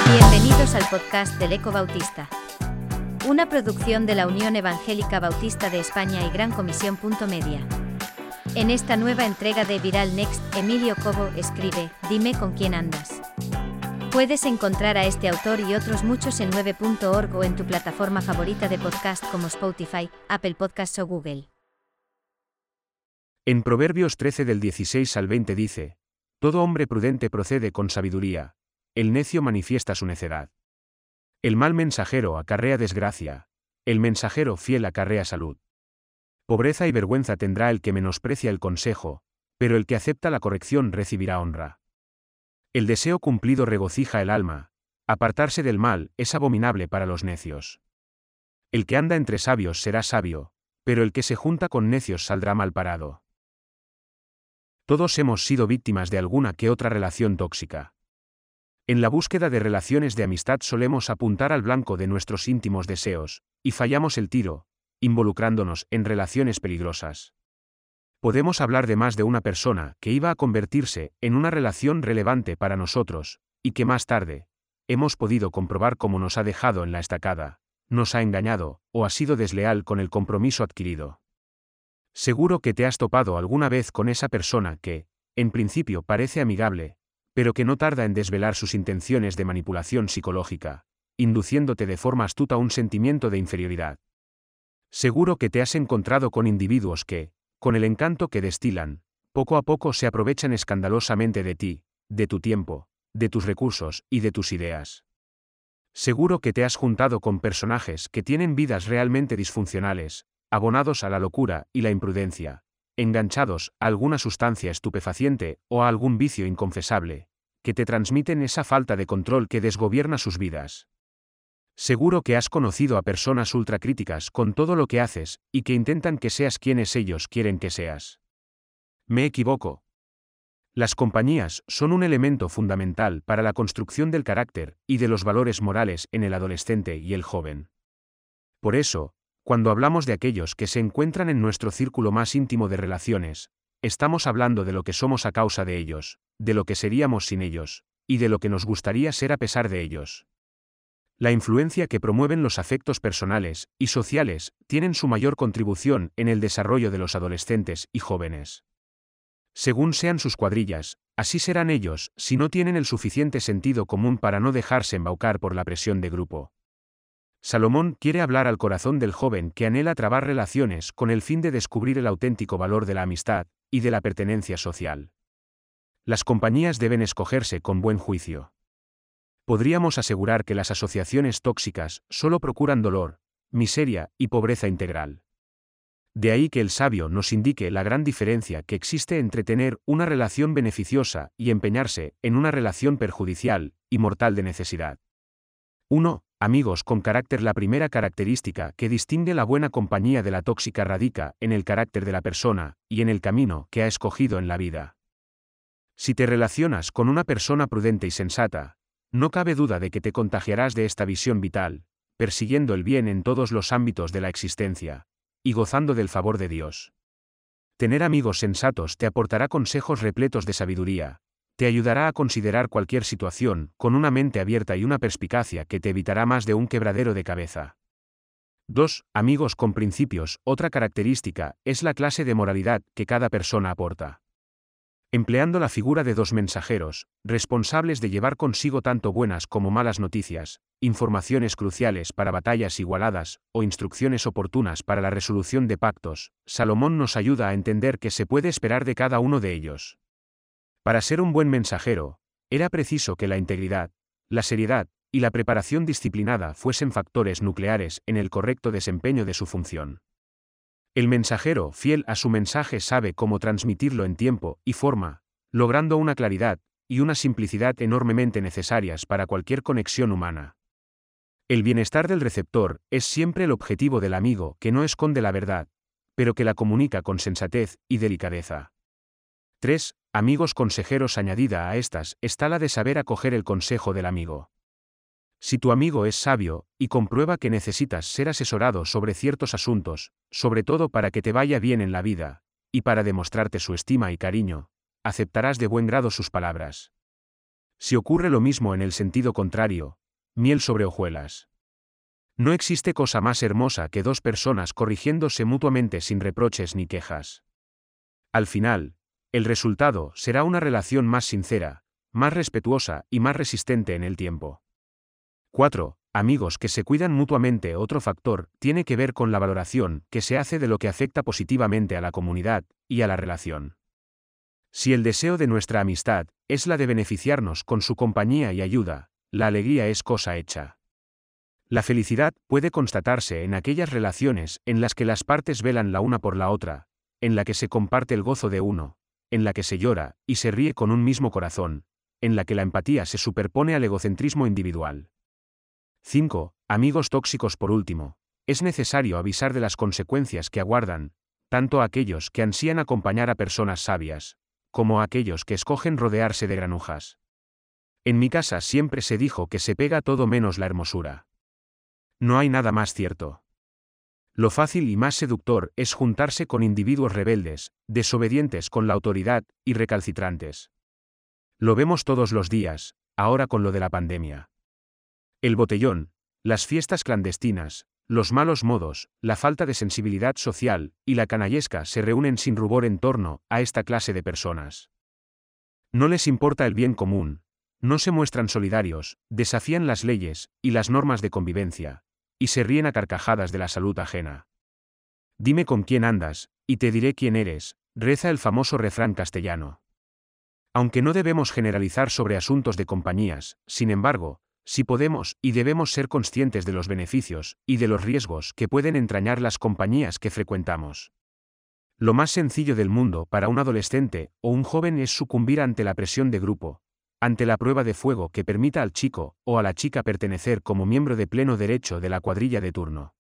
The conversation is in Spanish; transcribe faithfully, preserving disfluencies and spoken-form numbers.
Bienvenidos al podcast del Eco Bautista. Una producción de la Unión Evangélica Bautista de España y Gran Comisión. Media. En esta nueva entrega de Viral Next, Emilio Cobo escribe, Dime con quién andas. Puedes encontrar a este autor y otros muchos en nueve punto org o en tu plataforma favorita de podcast como Spotify, Apple Podcasts o Google. En Proverbios trece del dieciséis al veinte dice, todo hombre prudente procede con sabiduría, el necio manifiesta su necedad. El mal mensajero acarrea desgracia, el mensajero fiel acarrea salud. Pobreza y vergüenza tendrá el que menosprecia el consejo, pero el que acepta la corrección recibirá honra. El deseo cumplido regocija el alma, apartarse del mal es abominable para los necios. El que anda entre sabios será sabio, pero el que se junta con necios saldrá mal parado. Todos hemos sido víctimas de alguna que otra relación tóxica. En la búsqueda de relaciones de amistad solemos apuntar al blanco de nuestros íntimos deseos, y fallamos el tiro, involucrándonos en relaciones peligrosas. Podemos hablar de más de una persona que iba a convertirse en una relación relevante para nosotros, y que más tarde, hemos podido comprobar cómo nos ha dejado en la estacada, nos ha engañado, o ha sido desleal con el compromiso adquirido. Seguro que te has topado alguna vez con esa persona que, en principio parece amigable, pero que no tarda en desvelar sus intenciones de manipulación psicológica, induciéndote de forma astuta a un sentimiento de inferioridad. Seguro que te has encontrado con individuos que, con el encanto que destilan, poco a poco se aprovechan escandalosamente de ti, de tu tiempo, de tus recursos y de tus ideas. Seguro que te has juntado con personajes que tienen vidas realmente disfuncionales, abonados a la locura y la imprudencia, enganchados a alguna sustancia estupefaciente o a algún vicio inconfesable, que te transmiten esa falta de control que desgobierna sus vidas. Seguro que has conocido a personas ultracríticas con todo lo que haces y que intentan que seas quienes ellos quieren que seas. ¿Me equivoco? Las compañías son un elemento fundamental para la construcción del carácter y de los valores morales en el adolescente y el joven. Por eso, cuando hablamos de aquellos que se encuentran en nuestro círculo más íntimo de relaciones, estamos hablando de lo que somos a causa de ellos, de lo que seríamos sin ellos, y de lo que nos gustaría ser a pesar de ellos. La influencia que promueven los afectos personales y sociales tienen su mayor contribución en el desarrollo de los adolescentes y jóvenes. Según sean sus cuadrillas, así serán ellos si no tienen el suficiente sentido común para no dejarse embaucar por la presión de grupo. Salomón quiere hablar al corazón del joven que anhela trabar relaciones con el fin de descubrir el auténtico valor de la amistad y de la pertenencia social. Las compañías deben escogerse con buen juicio. Podríamos asegurar que las asociaciones tóxicas solo procuran dolor, miseria y pobreza integral. De ahí que el sabio nos indique la gran diferencia que existe entre tener una relación beneficiosa y empeñarse en una relación perjudicial y mortal de necesidad. uno. Amigos con carácter. La primera característica que distingue la buena compañía de la tóxica radica en el carácter de la persona y en el camino que ha escogido en la vida. Si te relacionas con una persona prudente y sensata, no cabe duda de que te contagiarás de esta visión vital, persiguiendo el bien en todos los ámbitos de la existencia, y gozando del favor de Dios. Tener amigos sensatos te aportará consejos repletos de sabiduría, te ayudará a considerar cualquier situación con una mente abierta y una perspicacia que te evitará más de un quebradero de cabeza. dos. Amigos con principios. Otra característica es la clase de moralidad que cada persona aporta. Empleando la figura de dos mensajeros, responsables de llevar consigo tanto buenas como malas noticias, informaciones cruciales para batallas igualadas o instrucciones oportunas para la resolución de pactos, Salomón nos ayuda a entender qué se puede esperar de cada uno de ellos. Para ser un buen mensajero, era preciso que la integridad, la seriedad y la preparación disciplinada fuesen factores nucleares en el correcto desempeño de su función. El mensajero fiel a su mensaje sabe cómo transmitirlo en tiempo y forma, logrando una claridad y una simplicidad enormemente necesarias para cualquier conexión humana. El bienestar del receptor es siempre el objetivo del amigo que no esconde la verdad, pero que la comunica con sensatez y delicadeza. tres. Amigos consejeros. Añadida a estas está la de saber acoger el consejo del amigo. Si tu amigo es sabio, y comprueba que necesitas ser asesorado sobre ciertos asuntos, sobre todo para que te vaya bien en la vida, y para demostrarte su estima y cariño, aceptarás de buen grado sus palabras. Si ocurre lo mismo en el sentido contrario, miel sobre hojuelas. No existe cosa más hermosa que dos personas corrigiéndose mutuamente sin reproches ni quejas. Al final, el resultado será una relación más sincera, más respetuosa y más resistente en el tiempo. cuatro. Amigos que se cuidan mutuamente. Otro factor tiene que ver con la valoración que se hace de lo que afecta positivamente a la comunidad y a la relación. Si el deseo de nuestra amistad es la de beneficiarnos con su compañía y ayuda, la alegría es cosa hecha. La felicidad puede constatarse en aquellas relaciones en las que las partes velan la una por la otra, en la que se comparte el gozo de uno, en la que se llora y se ríe con un mismo corazón, en la que la empatía se superpone al egocentrismo individual. cinco. Amigos tóxicos. Por último, es necesario avisar de las consecuencias que aguardan, tanto a aquellos que ansían acompañar a personas sabias, como a aquellos que escogen rodearse de granujas. En mi casa siempre se dijo que se pega todo menos la hermosura. No hay nada más cierto. Lo fácil y más seductor es juntarse con individuos rebeldes, desobedientes con la autoridad y recalcitrantes. Lo vemos todos los días, ahora con lo de la pandemia. El botellón, las fiestas clandestinas, los malos modos, la falta de sensibilidad social y la canallesca se reúnen sin rubor en torno a esta clase de personas. No les importa el bien común, no se muestran solidarios, desafían las leyes y las normas de convivencia, y se ríen a carcajadas de la salud ajena. Dime con quién andas, y te diré quién eres, reza el famoso refrán castellano. Aunque no debemos generalizar sobre asuntos de compañías, sin embargo, sí podemos y debemos ser conscientes de los beneficios y de los riesgos que pueden entrañar las compañías que frecuentamos. Lo más sencillo del mundo para un adolescente o un joven es sucumbir ante la presión de grupo, ante la prueba de fuego que permita al chico o a la chica pertenecer como miembro de pleno derecho de la cuadrilla de turno.